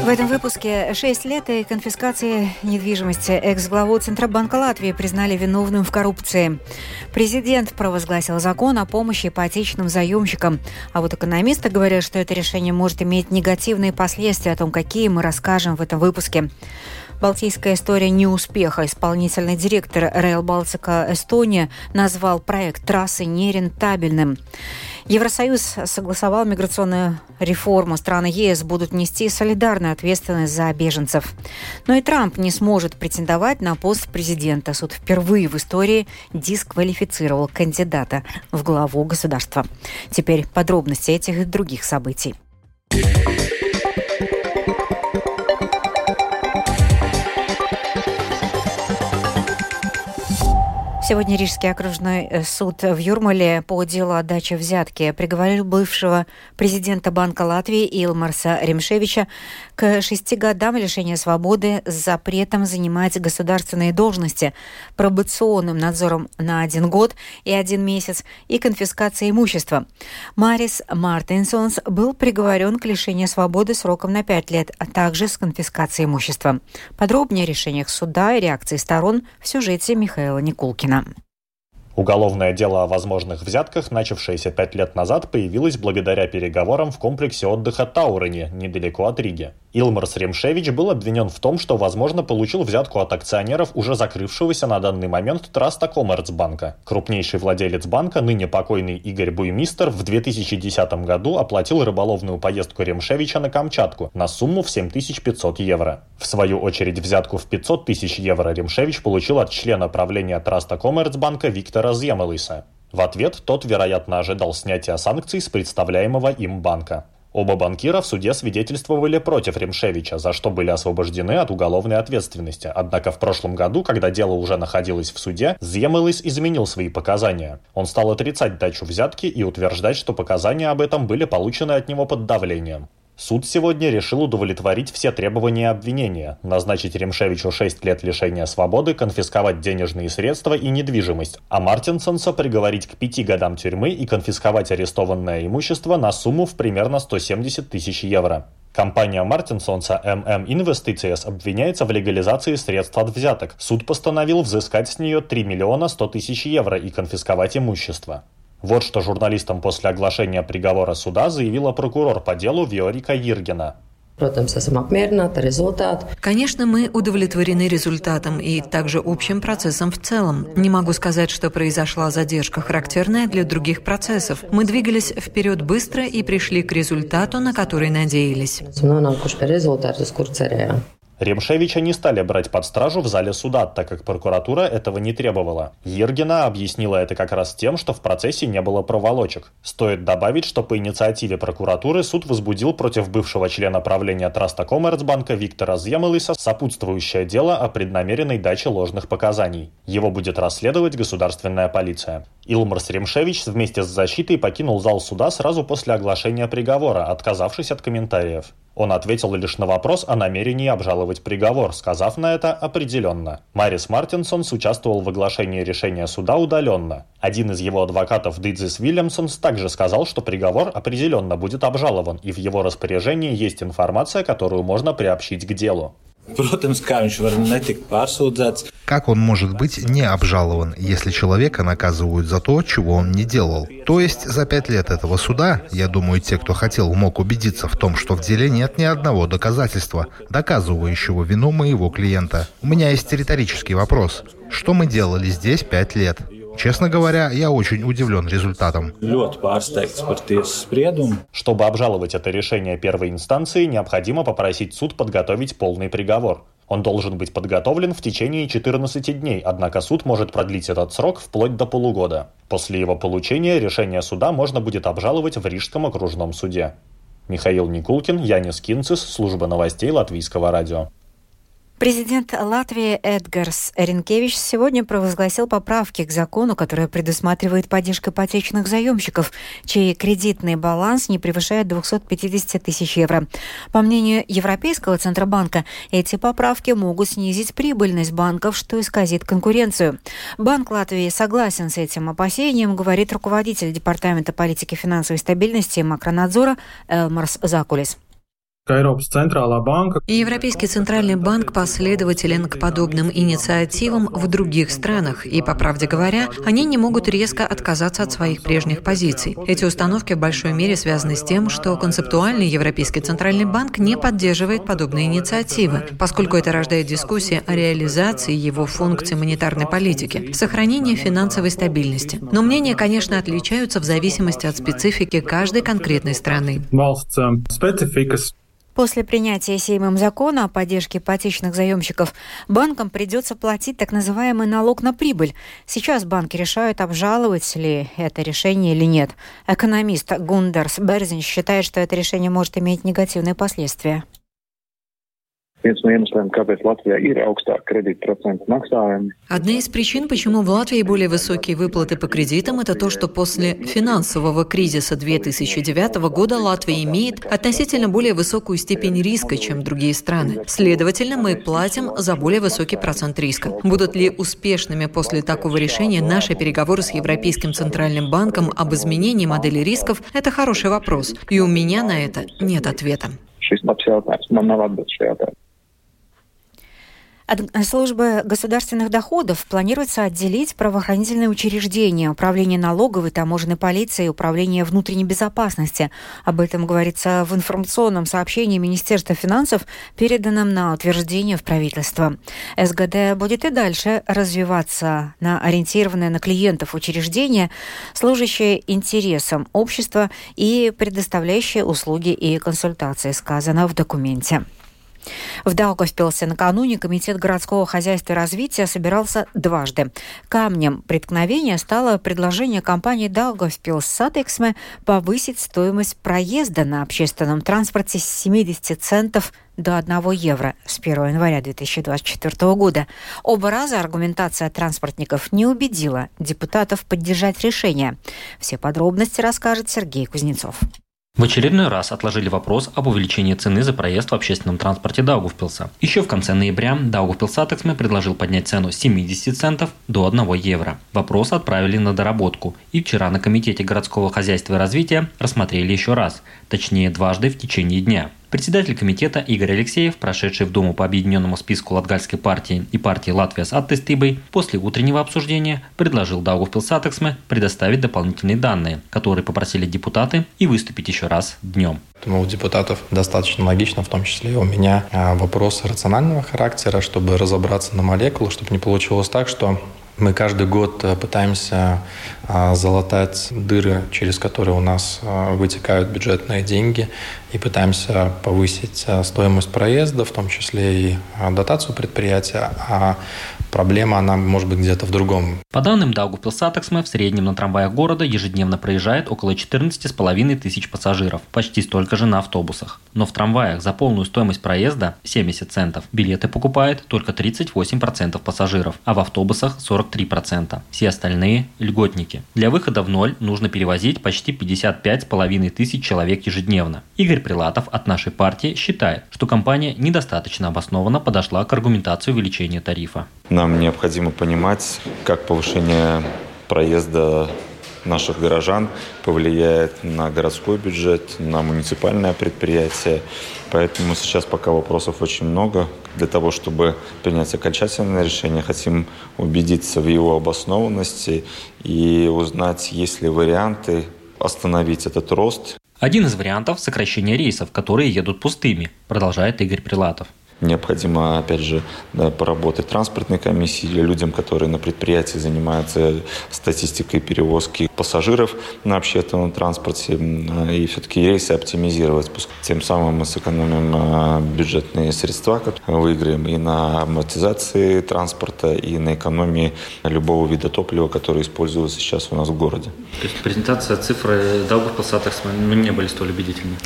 В этом выпуске 6 лет и конфискации недвижимости. Экс-главу Центробанка Латвии признали виновным в коррупции. Президент провозгласил закон о помощи ипотечным заемщикам. А вот экономисты говорят, что это решение может иметь негативные последствия. О том, какие, мы расскажем в этом выпуске. Балтийская история неуспеха. Исполнительный директор Rail Baltica Эстония назвал проект трассы нерентабельным. Евросоюз согласовал миграционную реформу. Страны ЕС будут нести солидарную ответственность за беженцев. Но и Трамп не сможет претендовать на пост президента. Суд впервые в истории дисквалифицировал кандидата в главу государства. Теперь подробности этих и других событий. Сегодня Рижский окружной суд в Юрмале по делу о даче взятки приговорил бывшего президента Банка Латвии Илмарса Римшевича к 6 годам лишения свободы с запретом занимать государственные должности, пробационным надзором на 1 год и 1 месяц и конфискацией имущества. Марис Мартинсонс был приговорен к лишению свободы сроком на 5 лет, а также с конфискацией имущества. Подробнее о решениях суда и реакции сторон в сюжете Михаила Никулкина. Уголовное дело о возможных взятках, начавшееся 5 лет назад, появилось благодаря переговорам в комплексе отдыха Таурени, недалеко от Риги. Илмарс Римшевич был обвинен в том, что, возможно, получил взятку от акционеров уже закрывшегося на данный момент Траста Коммерцбанка. Крупнейший владелец банка, ныне покойный Игорь Буймистер, в 2010 году оплатил рыболовную поездку Римшевича на Камчатку на сумму в 7500 евро. В свою очередь взятку в 500 тысяч евро Римшевич получил от члена правления Траста Коммерцбанка Виктора Зьемелиса. В ответ тот, вероятно, ожидал снятия санкций с представляемого им банка. Оба банкира в суде свидетельствовали против Римшевича, за что были освобождены от уголовной ответственности. Однако в прошлом году, когда дело уже находилось в суде, Зьемелис изменил свои показания. Он стал отрицать дачу взятки и утверждать, что показания об этом были получены от него под давлением. Суд сегодня решил удовлетворить все требования обвинения, назначить Римшевичу 6 лет лишения свободы, конфисковать денежные средства и недвижимость, а Мартинсонса приговорить к 5 годам тюрьмы и конфисковать арестованное имущество на сумму в примерно 170 тысяч евро. Компания Мартинсонса MM Investitions обвиняется в легализации средств от взяток. Суд постановил взыскать с нее 3 миллиона 100 тысяч евро и конфисковать имущество. Вот что журналистам после оглашения приговора суда заявила прокурор по делу Виорика Иргена. Конечно, мы удовлетворены результатом и также общим процессом в целом. Не могу сказать, что произошла задержка, характерная для других процессов. Мы двигались вперед быстро и пришли к результату, на который надеялись. Римшевича не стали брать под стражу в зале суда, так как прокуратура этого не требовала. Иргена объяснила это как раз тем, что в процессе не было проволочек. Стоит добавить, что по инициативе прокуратуры суд возбудил против бывшего члена правления Траста Коммерцбанка Виктора Зьемелиса сопутствующее дело о преднамеренной даче ложных показаний. Его будет расследовать государственная полиция. Илмарс Римшевич вместе с защитой покинул зал суда сразу после оглашения приговора, отказавшись от комментариев. Он ответил лишь на вопрос о намерении обжаловать приговор, сказав на это «определенно». Марис Мартинсонс участвовал в оглашении решения суда удаленно. Один из его адвокатов Дидзис Вильямсонс также сказал, что приговор определенно будет обжалован, и в его распоряжении есть информация, которую можно приобщить к делу. Как он может быть не обжалован, если человека наказывают за то, чего он не делал? То есть за 5 лет этого суда, я думаю, те, кто хотел, мог убедиться в том, что в деле нет ни одного доказательства, доказывающего вину моего клиента. У меня есть риторический вопрос. Что мы делали здесь 5 лет? Честно говоря, я очень удивлен результатом. Чтобы обжаловать это решение первой инстанции, необходимо попросить суд подготовить полный приговор. Он должен быть подготовлен в течение 14 дней, однако суд может продлить этот срок вплоть до полугода. После его получения решение суда можно будет обжаловать в Рижском окружном суде. Михаил Никулкин, Янис Кинцис, служба новостей Латвийского радио. Президент Латвии Эдгарс Ринкевич сегодня провозгласил поправки к закону, который предусматривает поддержку ипотечных заемщиков, чей кредитный баланс не превышает 250 тысяч евро. По мнению Европейского Центробанка, эти поправки могут снизить прибыльность банков, что исказит конкуренцию. Банк Латвии согласен с этим опасением, говорит руководитель Департамента политики финансовой стабильности и макронадзора Элмарс Закулис. И Европейский центральный банк последователен к подобным инициативам в других странах, и, по правде говоря, они не могут резко отказаться от своих прежних позиций. Эти установки в большой мере связаны с тем, что концептуальный Европейский центральный банк не поддерживает подобные инициативы, поскольку это рождает дискуссии о реализации его функций монетарной политики, сохранении финансовой стабильности. Но мнения, конечно, отличаются в зависимости от специфики каждой конкретной страны. После принятия Сеймом закона о поддержке ипотечных заемщиков банкам придется платить так называемый налог на прибыль. Сейчас банки решают, обжаловать ли это решение или нет. Экономист Гундерс Берзин считает, что это решение может иметь негативные последствия. Одна из причин, почему в Латвии более высокие выплаты по кредитам, это то, что после финансового кризиса 2009 года Латвия имеет относительно более высокую степень риска, чем другие страны. Следовательно, мы платим за более высокий процент риска. Будут ли успешными после такого решения наши переговоры с Европейским центральным банком об изменении модели рисков, это хороший вопрос. И у меня на это нет ответа. От службы государственных доходов планируется отделить правоохранительные учреждения, управление налоговой, таможенной полиции и управление внутренней безопасности. Об этом говорится в информационном сообщении Министерства финансов, переданном на утверждение в правительство. СГД будет и дальше развиваться на ориентированное на клиентов учреждения, служащие интересам общества и предоставляющие услуги и консультации, сказано в документе. В Даугавпилсе накануне Комитет городского хозяйства и развития собирался дважды. Камнем преткновения стало предложение компании Даугавпилс Сатексме повысить стоимость проезда на общественном транспорте с 70 центов до 1 евро с 1 января 2024 года. Оба раза аргументация транспортников не убедила депутатов поддержать решение. Все подробности расскажет Сергей Кузнецов. В очередной раз отложили вопрос об увеличении цены за проезд в общественном транспорте Даугавпилса. Еще в конце ноября Даугавпилс Сатексме предложил поднять цену с 70 центов до 1 евро. Вопрос отправили на доработку, и вчера на Комитете городского хозяйства и развития рассмотрели еще раз, точнее дважды в течение дня. Председатель комитета Игорь Алексеев, прошедший в Думу по объединенному списку Латгальской партии и партии Латвия с Аттестибой, после утреннего обсуждения предложил Даугавпилс Сатексме предоставить дополнительные данные, которые попросили депутаты, и выступить еще раз днем. У депутатов достаточно логично, в том числе и у меня, вопрос рационального характера, чтобы разобраться на молекулах, чтобы не получилось так, что мы каждый год пытаемся залатать дыры, через которые у нас вытекают бюджетные деньги, и пытаемся повысить стоимость проезда, в том числе и дотацию предприятия, а проблема, она может быть где-то в другом. По данным Даугавпилс Сатексме, в среднем на трамваях города ежедневно проезжает около 14,5 тысяч пассажиров, почти столько же на автобусах. Но в трамваях за полную стоимость проезда 70 центов билеты покупает только 38% пассажиров, а в автобусах 43%. Все остальные – льготники. Для выхода в ноль нужно перевозить почти 55,5 тысяч человек ежедневно. Игорь Прилатов от нашей партии считает, что компания недостаточно обоснованно подошла к аргументации увеличения тарифа. Нам необходимо понимать, как повышение проезда наших горожан повлияет на городской бюджет, на муниципальное предприятие. Поэтому сейчас пока вопросов очень много. Для того, чтобы принять окончательное решение, хотим убедиться в его обоснованности и узнать, есть ли варианты остановить этот рост. Один из вариантов – сокращение рейсов, которые едут пустыми, продолжает Игорь Прилатов. Необходимо, опять же, поработать транспортной комиссией или людям, которые на предприятии занимаются статистикой перевозки пассажиров на общественном транспорте, и все-таки рейсы оптимизировать. Тем самым мы сэкономим бюджетные средства, которые выиграем и на амортизации транспорта, и на экономии любого вида топлива, которое используется сейчас у нас в городе. То есть презентация цифры Даугавпилс Сатексме не были столь убедительны?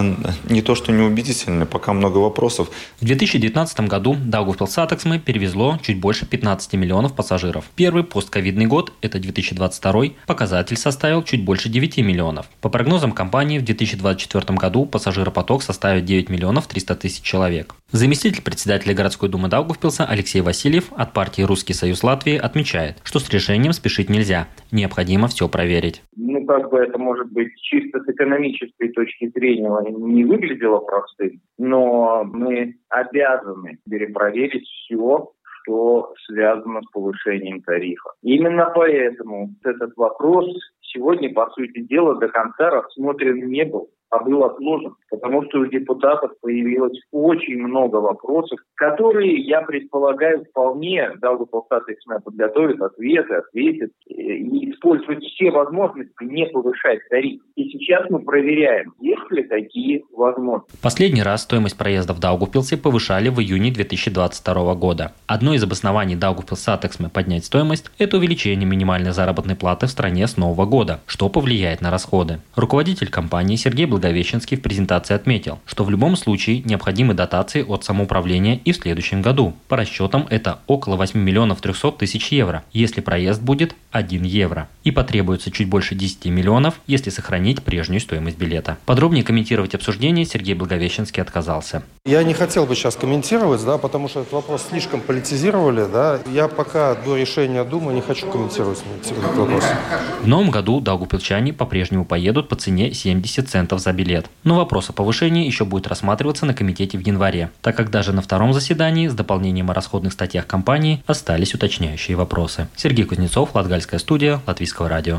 Не то, что не убедительны, пока много вопросов. В 2019 году Даугавпилс Сатексме перевезло чуть больше 15 миллионов пассажиров. Первый постковидный год, это 2022, показатель составил чуть больше 9 миллионов. По прогнозам компании, в 2024 году пассажиропоток составит 9 миллионов 300 тысяч человек. Заместитель председателя городской думы Даугавпилса Алексей Васильев от партии «Русский союз Латвии» отмечает, что с решением спешить нельзя, необходимо все проверить. Мы как бы это, может быть, чисто с экономической точки зрения не выглядело простым, но мы обязаны перепроверить все, что связано с повышением тарифа. Именно поэтому этот вопрос сегодня, по сути дела, до конца рассмотрен не был, а был отложен, потому что у депутатов появилось очень много вопросов, которые, я предполагаю, вполне Даугавпилсатексме подготовит ответы, ответит и использует все возможности не повышать тариф. И сейчас мы проверяем, есть ли такие возможности. Последний раз стоимость проезда в Даугавпилсе повышали в июне 2022 года. Одно из обоснований Даугавпилсатексме поднять стоимость – это увеличение минимальной заработной платы в стране с нового года, что повлияет на расходы. Руководитель компании Сергей Благовещенский в презентации отметил, что в любом случае необходимы дотации от самоуправления и в следующем году. По расчетам это около 8 миллионов 300 тысяч евро, если проезд будет 1 евро. И потребуется чуть больше 10 миллионов, если сохранить прежнюю стоимость билета. Подробнее комментировать обсуждение Сергей Благовещенский отказался. Я не хотел бы сейчас комментировать, потому что этот вопрос слишком политизировали. Я пока до решения Думы не хочу комментировать этот вопрос. В новом году даугавпилчане по-прежнему поедут по цене 70 центов за билет. Но вопрос о повышении еще будет рассматриваться на комитете в январе, так как даже на втором заседании с дополнением о расходных статьях компании остались уточняющие вопросы. Сергей Кузнецов, Латгальская студия, Латвийского радио.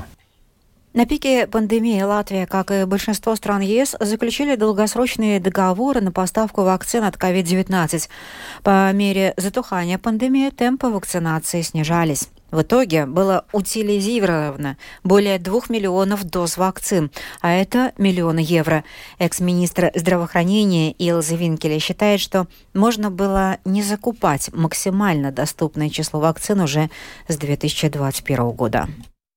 На пике пандемии Латвия, как и большинство стран ЕС, заключили долгосрочные договоры на поставку вакцин от COVID-19. По мере затухания пандемии темпы вакцинации снижались. В итоге было утилизировано более 2 миллионов доз вакцин, а это миллионы евро. Экс-министр здравоохранения Илза Винкеле считает, что можно было не закупать максимально доступное число вакцин уже с 2021 года.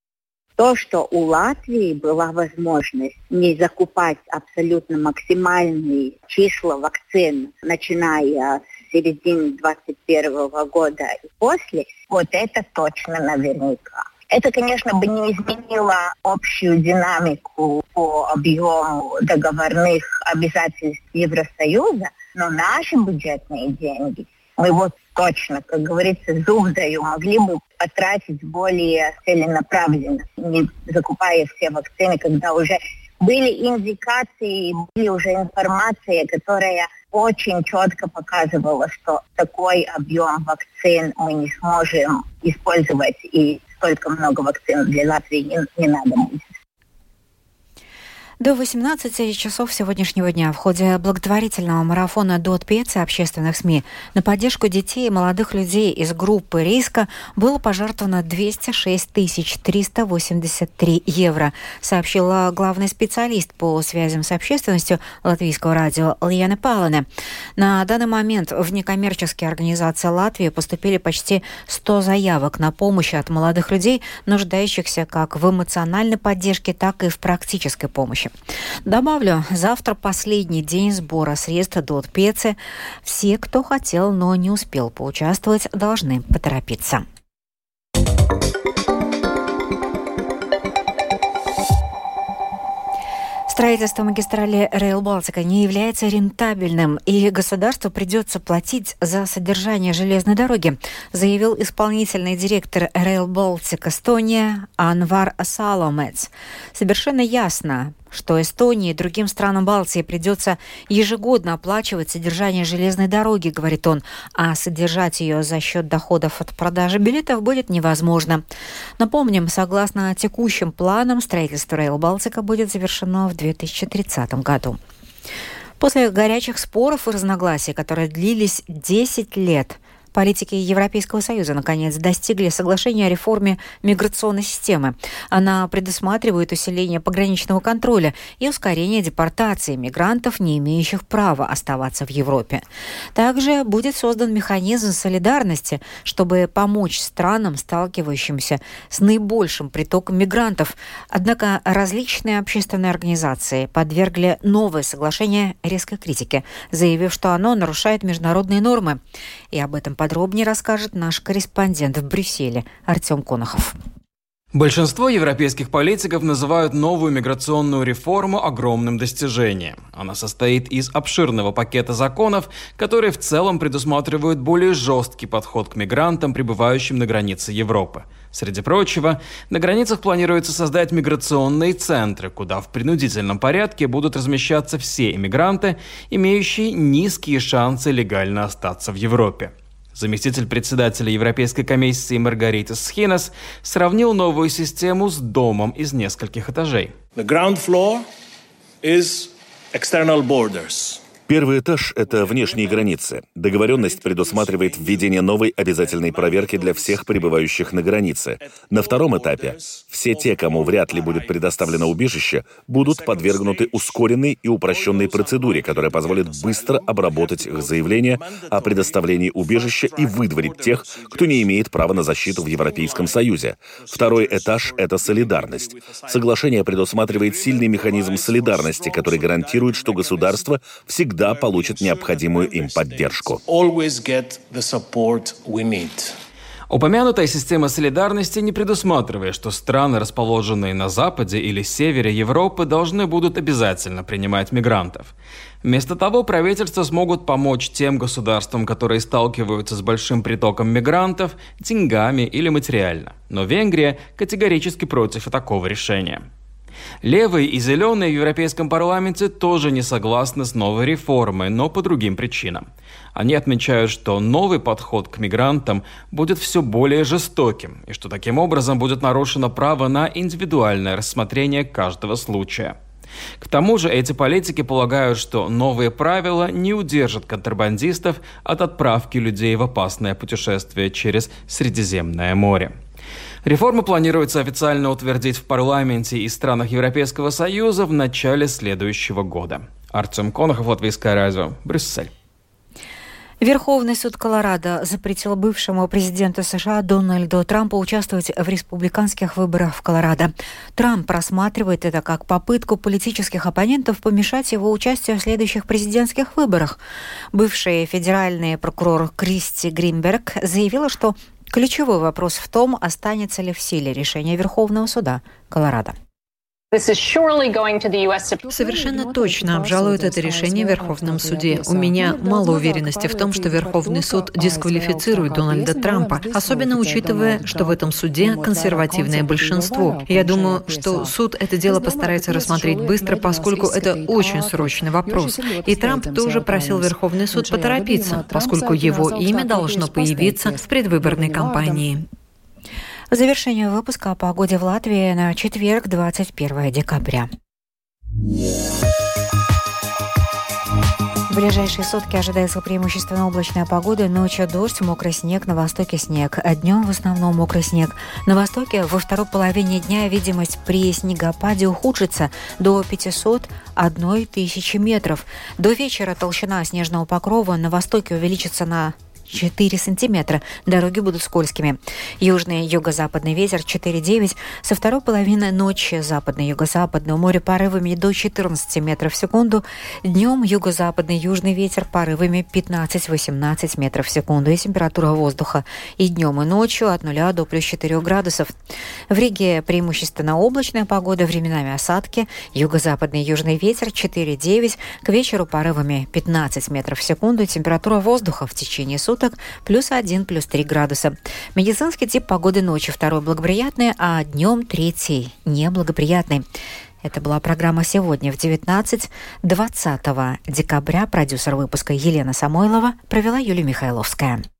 То, что у Латвии была возможность не закупать абсолютно максимальные числа вакцин, начиная с середины 2021 года и после, вот это точно наверняка. Это, конечно, бы не изменило общую динамику по объему договорных обязательств Евросоюза, но наши бюджетные деньги мы вот точно, как говорится, зуб даю, могли бы потратить более целенаправленно, не закупая все вакцины, когда уже были индикации, были уже информация, которая очень четко показывала, что такой объем вакцин мы не сможем использовать, и столько много вакцин для Латвии не надо будет. До 18 часов сегодняшнего дня в ходе благотворительного марафона «Дот Пеца» общественных СМИ на поддержку детей и молодых людей из группы риска было пожертвовано 206 383 евро, сообщила главный специалист по связям с общественностью Латвийского радио Лиана Палане. На данный момент в некоммерческие организации Латвии поступили почти 100 заявок на помощь от молодых людей, нуждающихся как в эмоциональной поддержке, так и в практической помощи. Добавлю, завтра последний день сбора средств Дот Пецы. Все, кто хотел, но не успел поучаствовать, должны поторопиться. Строительство магистрали Rail Baltica не является рентабельным, и государству придется платить за содержание железной дороги, заявил исполнительный директор Rail Baltica Эстония Анвар Саломец. Совершенно ясно, что Эстонии и другим странам Балтии придется ежегодно оплачивать содержание железной дороги, говорит он, а содержать ее за счет доходов от продажи билетов будет невозможно. Напомним, согласно текущим планам, строительство Rail Baltica будет завершено в 2030 году. После горячих споров и разногласий, которые длились 10 лет, политики Европейского Союза наконец достигли соглашения о реформе миграционной системы. Она предусматривает усиление пограничного контроля и ускорение депортации мигрантов, не имеющих права оставаться в Европе. Также будет создан механизм солидарности, чтобы помочь странам, сталкивающимся с наибольшим притоком мигрантов. Однако различные общественные организации подвергли новое соглашение резкой критике, заявив, что оно нарушает международные нормы. И об этом подробнее расскажет наш корреспондент в Брюсселе Артем Конохов. Большинство европейских политиков называют новую миграционную реформу огромным достижением. Она состоит из обширного пакета законов, которые в целом предусматривают более жесткий подход к мигрантам, прибывающим на границе Европы. Среди прочего, на границах планируется создать миграционные центры, куда в принудительном порядке будут размещаться все иммигранты, имеющие низкие шансы легально остаться в Европе. Заместитель председателя Европейской комиссии Маргаритас Схинас сравнил новую систему с домом из нескольких этажей. The ground floor is external borders. Первый этаж – это внешние границы. Договоренность предусматривает введение новой обязательной проверки для всех прибывающих на границе. На втором этапе все те, кому вряд ли будет предоставлено убежище, будут подвергнуты ускоренной и упрощенной процедуре, которая позволит быстро обработать их заявление о предоставлении убежища и выдворить тех, кто не имеет права на защиту в Европейском Союзе. Второй этаж – это солидарность. Соглашение предусматривает сильный механизм солидарности, который гарантирует, что государство всегда получат необходимую им поддержку. Упомянутая система солидарности не предусматривает, что страны, расположенные на западе или севере Европы, должны будут обязательно принимать мигрантов. Вместо того, правительства смогут помочь тем государствам, которые сталкиваются с большим притоком мигрантов, деньгами или материально. Но Венгрия категорически против такого решения. Левые и зеленые в Европейском парламенте тоже не согласны с новой реформой, но по другим причинам. Они отмечают, что новый подход к мигрантам будет все более жестоким, и что таким образом будет нарушено право на индивидуальное рассмотрение каждого случая. К тому же эти политики полагают, что новые правила не удержат контрабандистов от отправки людей в опасное путешествие через Средиземное море. Реформу планируется официально утвердить в парламенте и странах Европейского Союза в начале следующего года. Артем Конохов, Латвийское радио, Брюссель. Верховный суд Колорадо запретил бывшему президенту США Дональду Трампу участвовать в республиканских выборах в Колорадо. Трамп рассматривает это как попытку политических оппонентов помешать его участию в следующих президентских выборах. Бывший федеральный прокурор Кристи Гринберг заявила, что ключевой вопрос в том, останется ли в силе решение Верховного суда Колорадо. Совершенно точно обжалуют это решение в Верховном суде. У меня мало уверенности в том, что Верховный суд дисквалифицирует Дональда Трампа, особенно учитывая, что в этом суде консервативное большинство. Я думаю, что суд это дело постарается рассмотреть быстро, поскольку это очень срочный вопрос. И Трамп тоже просил Верховный суд поторопиться, поскольку его имя должно появиться в предвыборной кампании. Завершение выпуска о погоде в Латвии на четверг, 21 декабря. В ближайшие сутки ожидается преимущественно облачная погода. Ночью дождь, мокрый снег, на востоке снег. А днем в основном мокрый снег. На востоке во второй половине дня видимость при снегопаде ухудшится до 501 тысячи метров. До вечера толщина снежного покрова на востоке увеличится на 4 сантиметра. Дороги будут скользкими. Южный юго-западный ветер 4,9. Со второй половины ночи западно-юго-западное море порывами до 14 метров в секунду. Днем юго-западный южный ветер порывами 15-18 метров в секунду. И температура воздуха и днем, и ночью от 0 до плюс 4 градусов. В Риге преимущественно облачная погода, временами осадки. Юго-западный южный ветер 4,9. К вечеру порывами 15 метров в секунду. Температура воздуха в течение суток плюс 1, плюс 3 градуса. Медицинский тип погоды ночью 2 благоприятный, а днем 3 неблагоприятный. Это была программа «Сегодня» в 19-20 декабря. Продюсер выпуска Елена Самойлова, провела Юлия Михайловская.